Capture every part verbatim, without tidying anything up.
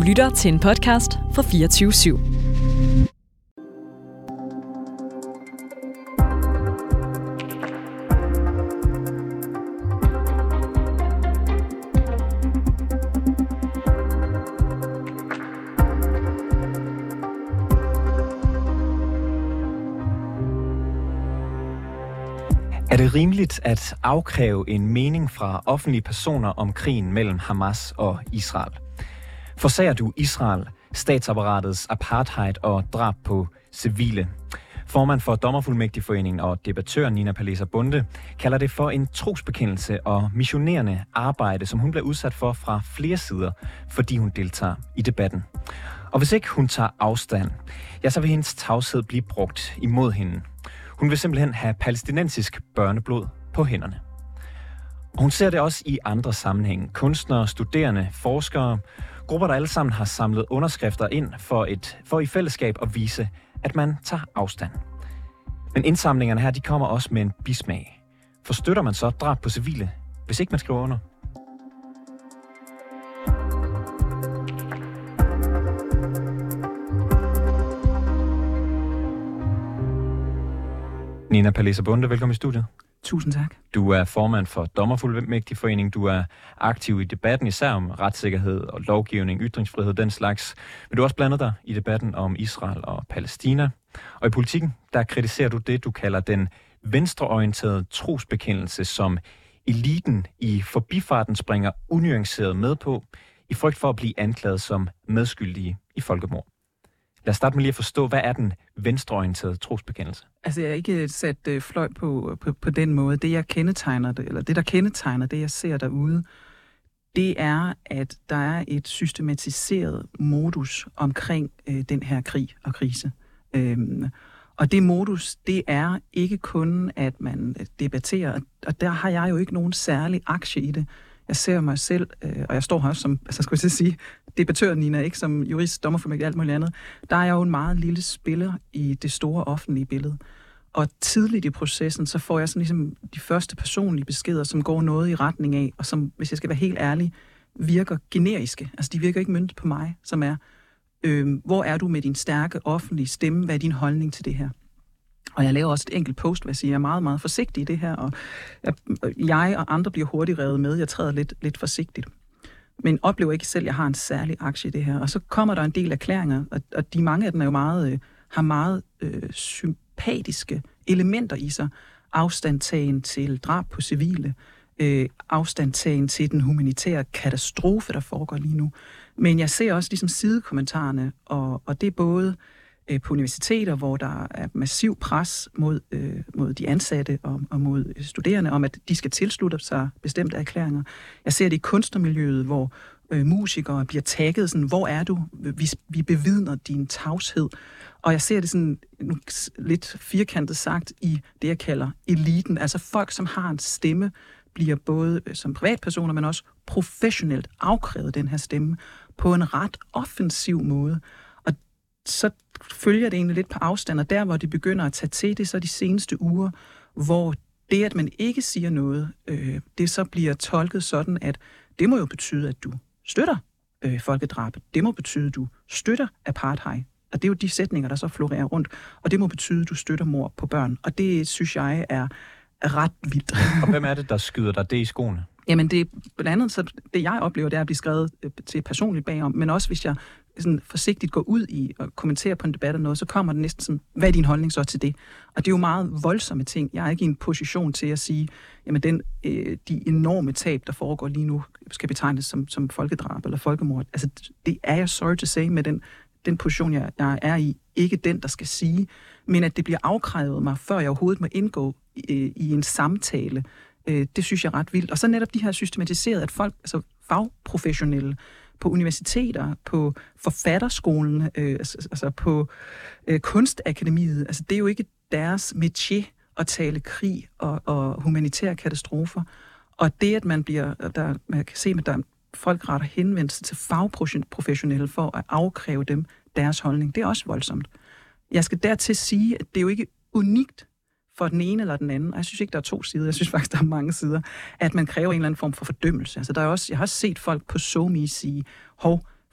lytter til en podcast fra fireogtyve syv. Er det rimeligt at afkræve en mening fra offentlige personer om krigen mellem Hamas og Israel? Forsager du Israel, statsapparatets apartheid og drab på civile? Formand for Dommerfuldmægtigforeningen og debattør Nina Palesa Bonde kalder det for en trosbekendelse og missionerende arbejde, som hun bliver udsat for fra flere sider, fordi hun deltager i debatten. Og hvis ikke hun tager afstand, ja, så vil hendes tavshed blive brugt imod hende. Hun vil simpelthen have palæstinensisk børneblod på hænderne. Og hun ser det også i andre sammenhænge. Kunstnere, studerende, forskere, grupper, der alle sammen har samlet underskrifter ind for, et, for i fællesskab at vise, at man tager afstand. Men indsamlingerne her, de kommer også med en bismag. For støtter man så drab på civile, hvis ikke man skriver under? Nina Palesa Bonde, velkommen i studiet. Tusind tak. Du er formand for Dommerfuldmægtigforeningen. Du er aktiv i debatten, især om retssikkerhed og lovgivning, ytringsfrihed, den slags. Men du har også blandet dig i debatten om Israel og Palæstina. Og i politikken, der kritiserer du det, du kalder den venstreorienterede trosbekendelse, som eliten i forbifarten springer unuanceret med på, i frygt for at blive anklaget som medskyldige i folkemord. Lad os starte med lige at forstå, hvad er den venstreorienterede trosbekendelse? Altså, jeg er ikke sat øh, fløjt på, på, på den måde. Det, jeg kendetegner det, eller det, der kendetegner det, jeg ser derude, det er, at der er et systematiseret modus omkring øh, den her krig og krise. Øhm, og det modus, det er ikke kun, at man debatterer, og der har jeg jo ikke nogen særlig aktie i det. Jeg ser mig selv, øh, og jeg står her også som, altså skulle jeg sige, debattør Nina, ikke som jurist, dommerfuldmægtig og alt muligt andet. Der er jeg jo en meget lille spiller i det store offentlige billede. Og tidligt i processen, så får jeg sådan ligesom de første personlige beskeder, som går noget i retning af, og som, hvis jeg skal være helt ærlig, virker generiske. Altså de virker ikke møntet på mig, som er, øh, hvor er du med din stærke offentlige stemme? Hvad er din holdning til det her? Og jeg laver også et enkelt post, hvor jeg siger, jeg er meget, meget forsigtig i det her, og jeg, jeg og andre bliver hurtigt revet med. Jeg træder lidt, lidt forsigtigt. Men oplever ikke selv, at jeg har en særlig aktie i det her. Og så kommer der en del erklæringer, og, og de mange af dem er jo meget, øh, har meget øh, sympatiske elementer i sig. Afstandtagen til drab på civile, øh, afstandtagen til den humanitære katastrofe, der foregår lige nu. Men jeg ser også ligesom sidekommentarerne, og, og det er både på universiteter, hvor der er massiv pres mod, øh, mod de ansatte og, og mod studerende om, at de skal tilslutte sig bestemte erklæringer. Jeg ser det i kunstnermiljøet, hvor øh, musikere bliver tagget sådan, hvor er du? Vi, vi bevidner din tavshed. Og jeg ser det sådan nu, lidt firkantet sagt i det, jeg kalder eliten. Altså folk, som har en stemme, bliver både som privatpersoner, men også professionelt afkrævet den her stemme på en ret offensiv måde. Og så følger det egentlig lidt på afstand, og der, hvor det begynder at tage til, det er så de seneste uger, hvor det, at man ikke siger noget, øh, det så bliver tolket sådan, at det må jo betyde, at du støtter øh, folkedrabet. Det må betyde, at du støtter apartheid. Og det er jo de sætninger, der så florerer rundt. Og det må betyde, at du støtter mord på børn. Og det, synes jeg, er ret vildt. Og hvem er det, der skyder dig det i skoene? Jamen, det er blandt andet, så det jeg oplever, det er at blive skrevet til personligt bagom, men også hvis jeg sådan forsigtigt går ud i og kommenterer på en debat eller noget, så kommer det næsten sådan, hvad er din holdning så til det? Og det er jo meget voldsomme ting. Jeg er ikke i en position til at sige, jamen den, øh, de enorme tab, der foregår lige nu, skal betegnes som, som folkedrab eller folkemord. Altså, det er jeg sorry to say med den, den position, jeg, jeg er i. Ikke den, der skal sige, men at det bliver afkrævet mig, før jeg overhovedet må indgå i, i en samtale. Øh, det synes jeg er ret vildt. Og så netop de her systematiseret, at folk, altså fagprofessionelle, på universiteter, på forfatterskolen, øh, altså på øh, kunstakademiet. Altså det er jo ikke deres métier at tale krig og, og humanitære katastrofer. Og det, at man bliver, der, man kan se, at der folk retter henvendelse til fagprofessionelle for at afkræve dem deres holdning, det er også voldsomt. Jeg skal dertil sige, at det er jo ikke unikt for den ene eller den anden, og jeg synes ikke, der er to sider, jeg synes faktisk, der er mange sider, at man kræver en eller anden form for fordømmelse. Altså, der er også, jeg har også set folk på SoMe sige, hov,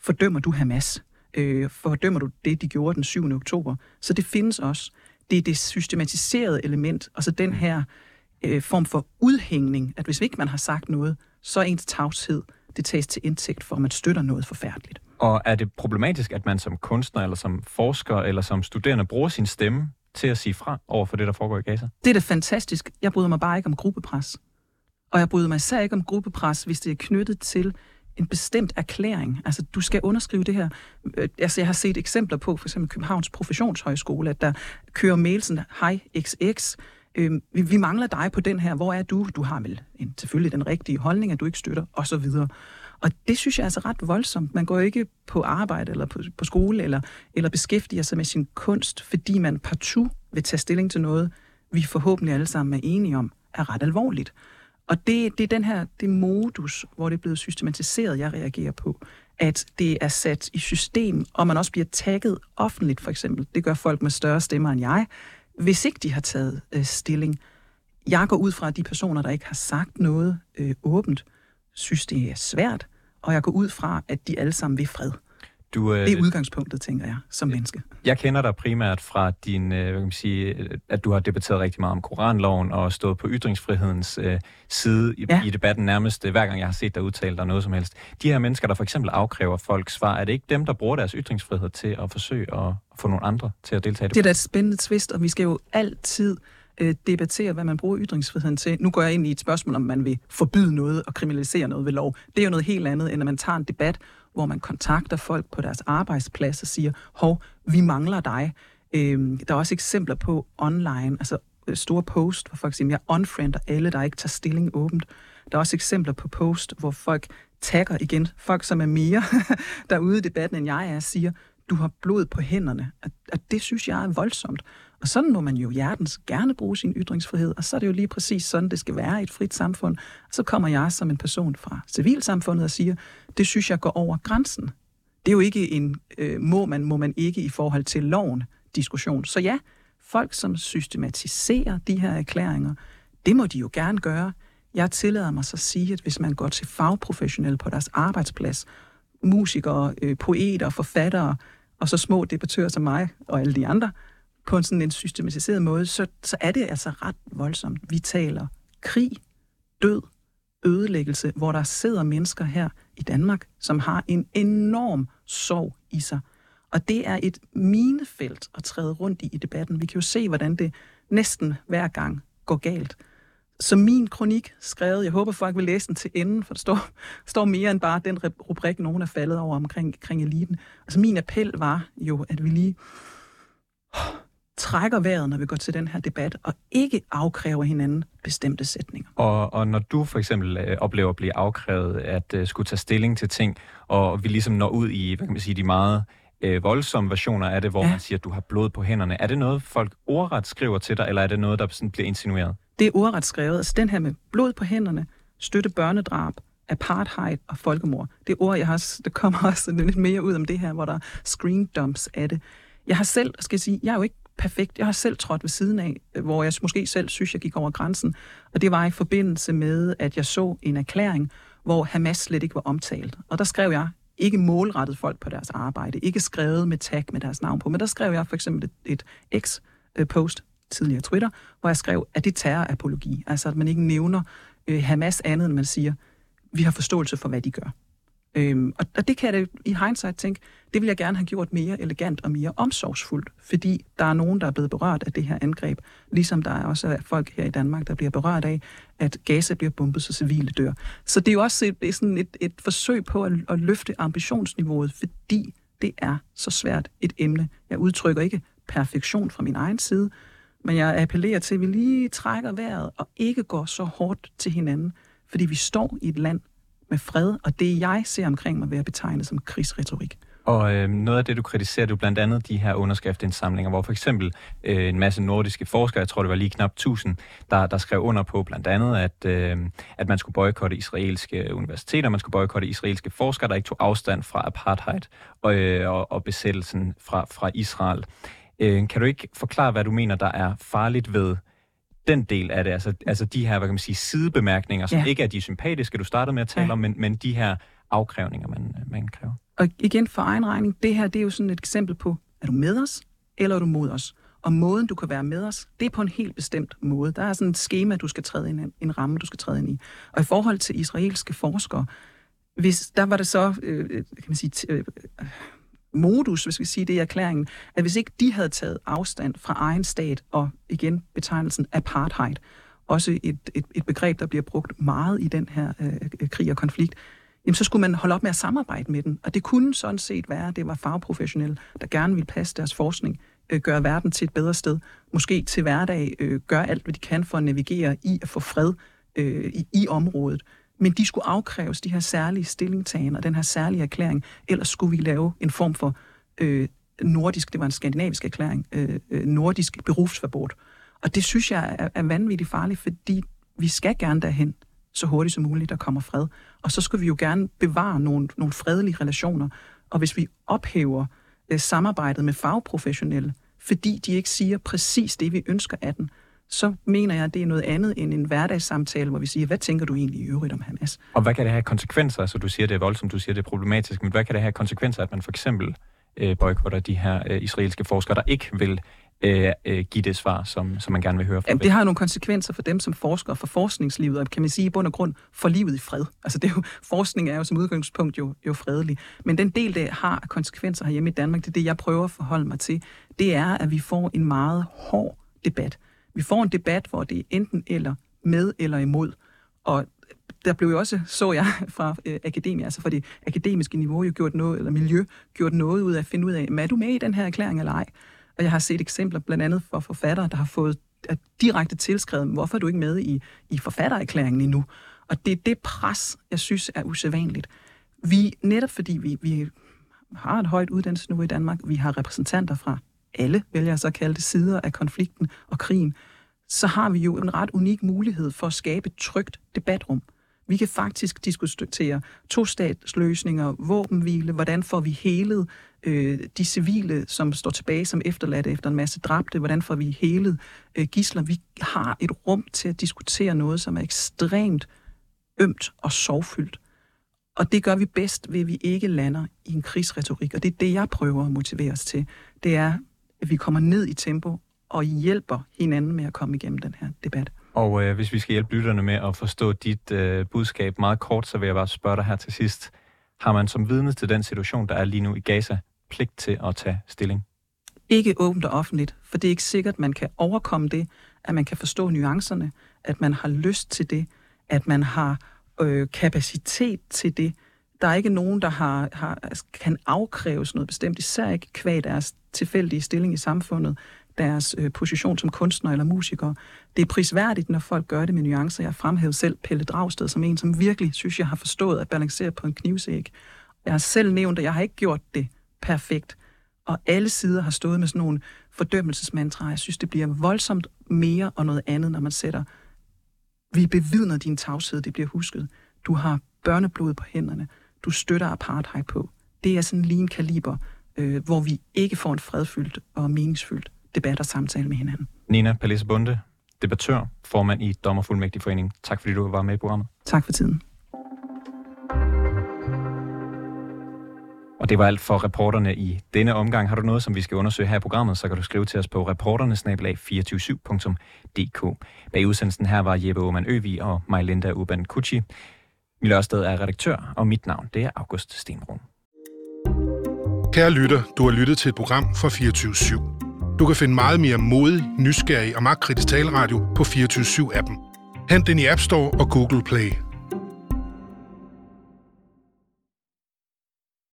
fordømmer du Hamas? Øh, fordømmer du det, de gjorde den syvende oktober? Så det findes også. Det er det systematiserede element, og så den her øh, form for udhængning, at hvis ikke man har sagt noget, så er ens tavshed, det tages til indtægt for, at man støtter noget forfærdeligt. Og er det problematisk, at man som kunstner, eller som forsker, eller som studerende bruger sin stemme til at sige fra over for det, der foregår i Gaza? Det er da fantastisk. Jeg bryder mig bare ikke om gruppepres. Og jeg bryder mig især ikke om gruppepres, hvis det er knyttet til en bestemt erklæring. Altså, du skal underskrive det her. Altså, jeg har set eksempler på, for eksempel Københavns Professionshøjskole, at der kører mailsen, hej X X, øh, vi, vi mangler dig på den her, hvor er du? Du har vel en, selvfølgelig den rigtige holdning, at du ikke støtter, og så videre. Og det synes jeg er altså ret voldsomt. Man går ikke på arbejde eller på, på skole, eller, eller beskæftiger sig med sin kunst, fordi man partout vil tage stilling til noget, vi forhåbentlig alle sammen er enige om, er ret alvorligt. Og det, det er den her, det modus, hvor det er blevet systematiseret, jeg reagerer på, at det er sat i system, og man også bliver tagget offentligt, for eksempel. Det gør folk med større stemmer end jeg, hvis ikke de har taget øh, stilling. Jeg går ud fra, at de personer, der ikke har sagt noget øh, åbent, synes, det er svært, og jeg går ud fra, at de alle sammen vil fred. Du, øh, det er udgangspunktet, tænker jeg, som menneske. Jeg kender dig primært fra din, øh, hvad kan man sige, at du har debatteret rigtig meget om Koranloven og stået på ytringsfrihedens øh, side i, ja. i debatten nærmest hver gang jeg har set dig udtale dig noget som helst. De her mennesker, der for eksempel afkræver folks svar, er det ikke dem, der bruger deres ytringsfrihed til at forsøge at få nogle andre til at deltage i det? Det er da et spændende twist, og vi skal jo altid øh, debattere, hvad man bruger ytringsfriheden til. Nu går jeg ind i et spørgsmål, om man vil forbyde noget og kriminalisere noget ved lov. Det er jo noget helt andet, end at man tager en debat, hvor man kontakter folk på deres arbejdsplads og siger, hov, vi mangler dig. Øhm, der er også eksempler på online, altså store post, hvor folk siger, jeg unfriender alle, der ikke tager stilling åbent. Der er også eksempler på post, hvor folk tagger igen, folk som er mere derude i debatten, end jeg er, siger, du har blod på hænderne. Og, og det synes jeg er voldsomt. Og sådan må man jo hjertens gerne bruge sin ytringsfrihed, og så er det jo lige præcis sådan, det skal være i et frit samfund. Og så kommer jeg som en person fra civilsamfundet og siger, det synes jeg går over grænsen. Det er jo ikke en øh, må man, må man ikke i forhold til loven diskussion. Så ja, folk som systematiserer de her erklæringer, det må de jo gerne gøre. Jeg tillader mig så at sige, at hvis man går til fagprofessionelle på deres arbejdsplads, musikere, øh, poeter, forfattere, og så små debattører som mig og alle de andre, på en sådan en systematiseret måde, så, så er det altså ret voldsomt. Vi taler krig, død, ødelæggelse, hvor der sidder mennesker her i Danmark, som har en enorm sorg i sig. Og det er et minefelt at træde rundt i i debatten. Vi kan jo se, hvordan det næsten hver gang går galt. Så min kronik skrevet, jeg håber folk vil læse den til enden, for der står, står mere end bare den rubrik, nogen er faldet over omkring, omkring eliten. Altså min appel var jo, at vi lige trækker vejret, når vi går til den her debat, og ikke afkræver hinanden bestemte sætninger. Og, og når du for eksempel øh, oplever at blive afkrævet at øh, skulle tage stilling til ting, og vi ligesom når ud i, hvad kan man sige, de meget øh, voldsomme versioner af det, hvor ja. man siger, at du har blod på hænderne. Er det noget, folk ordret skriver til dig, eller er det noget, der sådan bliver insinueret? Det er ordret skrevet. Altså den her med blod på hænderne, støtte børnedrab, apartheid og folkemord. Det er ord, jeg har, der kommer også lidt mere ud om det her, hvor der er screen dumps af det. Jeg har selv, skal jeg sige, jeg er jo ikke perfekt. Jeg har selv trådt ved siden af, hvor jeg måske selv synes, jeg gik over grænsen. Og det var i forbindelse med, at jeg så en erklæring, hvor Hamas slet ikke var omtalt. Og der skrev jeg, ikke målrettet folk på deres arbejde, ikke skrevet med tag med deres navn på, men der skrev jeg for eksempel et, et X-post, tidligere Twitter, hvor jeg skrev, at det terrorapologi. Altså, at man ikke nævner øh, Hamas andet, end man siger, vi har forståelse for, hvad de gør. Øhm, og, og det kan jeg da i hindsight tænke, det vil jeg gerne have gjort mere elegant og mere omsorgsfuldt, fordi der er nogen, der er blevet berørt af det her angreb, ligesom der er også folk her i Danmark, der bliver berørt af, at Gaza bliver bombet, så civile dør. Så det er jo også et, det er sådan et, et forsøg på at, at løfte ambitionsniveauet, fordi det er så svært et emne. Jeg udtrykker ikke perfektion fra min egen side, men jeg appellerer til, at vi lige trækker vejret og ikke går så hårdt til hinanden, fordi vi står i et land med fred, og det jeg ser omkring mig være betegnet som krigsretorik. Og øh, noget af det, du kritiserer, du blandt andet de her underskriftsindsamlinger, hvor for eksempel øh, en masse nordiske forskere, jeg tror det var lige knap tusind, der, der skrev under på blandt andet, at, øh, at man skulle boykotte israelske universiteter, man skulle boykotte israelske forskere, der ikke tog afstand fra apartheid og, øh, og, og besættelsen fra, fra Israel. Øh, kan du ikke forklare, hvad du mener, der er farligt ved den del af det? Altså, altså de her, hvad kan man sige, sidebemærkninger, som ja. ikke er de sympatiske, du startede med at tale ja. om, men, men de her afkrævninger, man, man kræver. Og igen for egen regning, det her det er jo sådan et eksempel på, er du med os, eller er du mod os? Og måden, du kan være med os, det er på en helt bestemt måde. Der er sådan et skema, du skal træde ind i, en ramme, du skal træde ind i. Og i forhold til israelske forskere, hvis der var det så, øh, kan man sige, t- øh, modus, hvis vi sige det i erklæringen, at hvis ikke de havde taget afstand fra egen stat, og igen betegnelsen apartheid, også et, et, et begreb, der bliver brugt meget i den her øh, krig og konflikt, jamen så skulle man holde op med at samarbejde med den. Og det kunne sådan set være, at det var fagprofessionelle, der gerne ville passe deres forskning, øh, gøre verden til et bedre sted, måske til hverdag, øh, gøre alt, hvad de kan for at navigere i at få fred øh, i, i området. Men de skulle afkræves de her særlige stillingtagen og den her særlige erklæring, ellers skulle vi lave en form for øh, nordisk, det var en skandinavisk erklæring, øh, nordisk berufsverbot. Og det synes jeg er, er vanvittigt farligt, fordi vi skal gerne derhen så hurtigt som muligt, der kommer fred. Og så skal vi jo gerne bevare nogle, nogle fredelige relationer. Og hvis vi ophæver øh, samarbejdet med fagprofessionelle, fordi de ikke siger præcis det, vi ønsker af den, så mener jeg, at det er noget andet end en hverdagssamtale, hvor vi siger, hvad tænker du egentlig i øvrigt om Hamas? Og hvad kan det have konsekvenser? Altså du siger, det er voldsomt, du siger, det er problematisk, men hvad kan det have konsekvenser, at man for eksempel øh, boykotter de her øh, israelske forskere, der ikke vil øh, øh, give det svar, som, som man gerne vil høre fra? Jamen, det har nogle konsekvenser for dem som forskere, for forskningslivet, og kan man sige i bund og grund for livet i fred. Altså det er jo, forskning er jo som udgangspunkt jo, jo fredelig. Men den del, der har konsekvenser herhjemme i Danmark, det er det, jeg prøver at forholde mig til, det er, at vi får en meget hård debat. Vi får en debat, hvor det er enten eller med eller imod. Og der blev jo også, så jeg fra øh, akademia, altså fra det akademiske niveau, jo gjort noget, eller miljø, gjort noget ud af at finde ud af, er du med i den her erklæring eller ej? Og jeg har set eksempler blandt andet for forfattere, der har fået direkte tilskrevet, hvorfor er du ikke med i, i forfattererklæringen endnu? Og det er det pres, jeg synes er usædvanligt. Vi, netop fordi vi, vi har et højt uddannelsesniveau i Danmark, vi har repræsentanter fra alle, vælger jeg så at kalde det, sider af konflikten og krigen, så har vi jo en ret unik mulighed for at skabe et trygt debatrum. Vi kan faktisk diskutere tostatsløsninger, våbenhvile, hvordan får vi helet øh, de civile, som står tilbage som efterladte efter en masse dræbte, hvordan får vi helet øh, gidsler. Vi har et rum til at diskutere noget, som er ekstremt ømt og sorgfyldt. Og det gør vi bedst ved, at vi ikke lander i en krigsretorik. Og det er det, jeg prøver at motivere os til. Det er, at vi kommer ned i tempo og hjælper hinanden med at komme igennem den her debat. Og øh, hvis vi skal hjælpe lytterne med at forstå dit øh, budskab meget kort, så vil jeg bare spørge dig her til sidst. Har man som vidne til den situation, der er lige nu i Gaza, pligt til at tage stilling? Ikke åbent og offentligt, for det er ikke sikkert, at man kan overkomme det, at man kan forstå nuancerne, at man har lyst til det, at man har øh, kapacitet til det. Der er ikke nogen, der har, har, kan afkræves noget bestemt, især ikke kvad deres tilfældige stilling i samfundet, deres øh, position som kunstner eller musiker. Det er prisværdigt, når folk gør det med nuancer. Jeg fremhævede selv Pelle Dragsted som en, som virkelig synes, jeg har forstået at balancere på en knivsæg. Jeg har selv nævnt, at jeg har ikke gjort det perfekt. Og alle sider har stået med sådan nogle fordømmelsesmantraer. Jeg synes, det bliver voldsomt mere og noget andet, når man sætter, vi bevidner din tavshed, det bliver husket. Du har børneblod på hænderne. Du støtter apartheid på. Det er sådan lige en kaliber, øh, hvor vi ikke får en fredfyldt og meningsfyldt debat og samtale med hinanden. Nina Palese Bonde, debattør, formand i Dommerfuldmægtigforeningen. Tak fordi du var med i programmet. Tak for tiden. Og det var alt for reporterne i denne omgang. Har du noget, som vi skal undersøge her i programmet, så kan du skrive til os på reporterne snabel-a to fire syv punktum d k. Bag udsendelsen her var Jeppe Aumann Øvig og mig, Linda Urban Kutschi. Mille Ørsted er redaktør, og mit navn det er August Stenbrun. Kære lytter, du har lyttet til et program fra fireogtyve syv. Du kan finde meget mere modig, nysgerrig og magtkritisk taleradio på fireogtyve syv appen. Hent den i App Store og Google Play.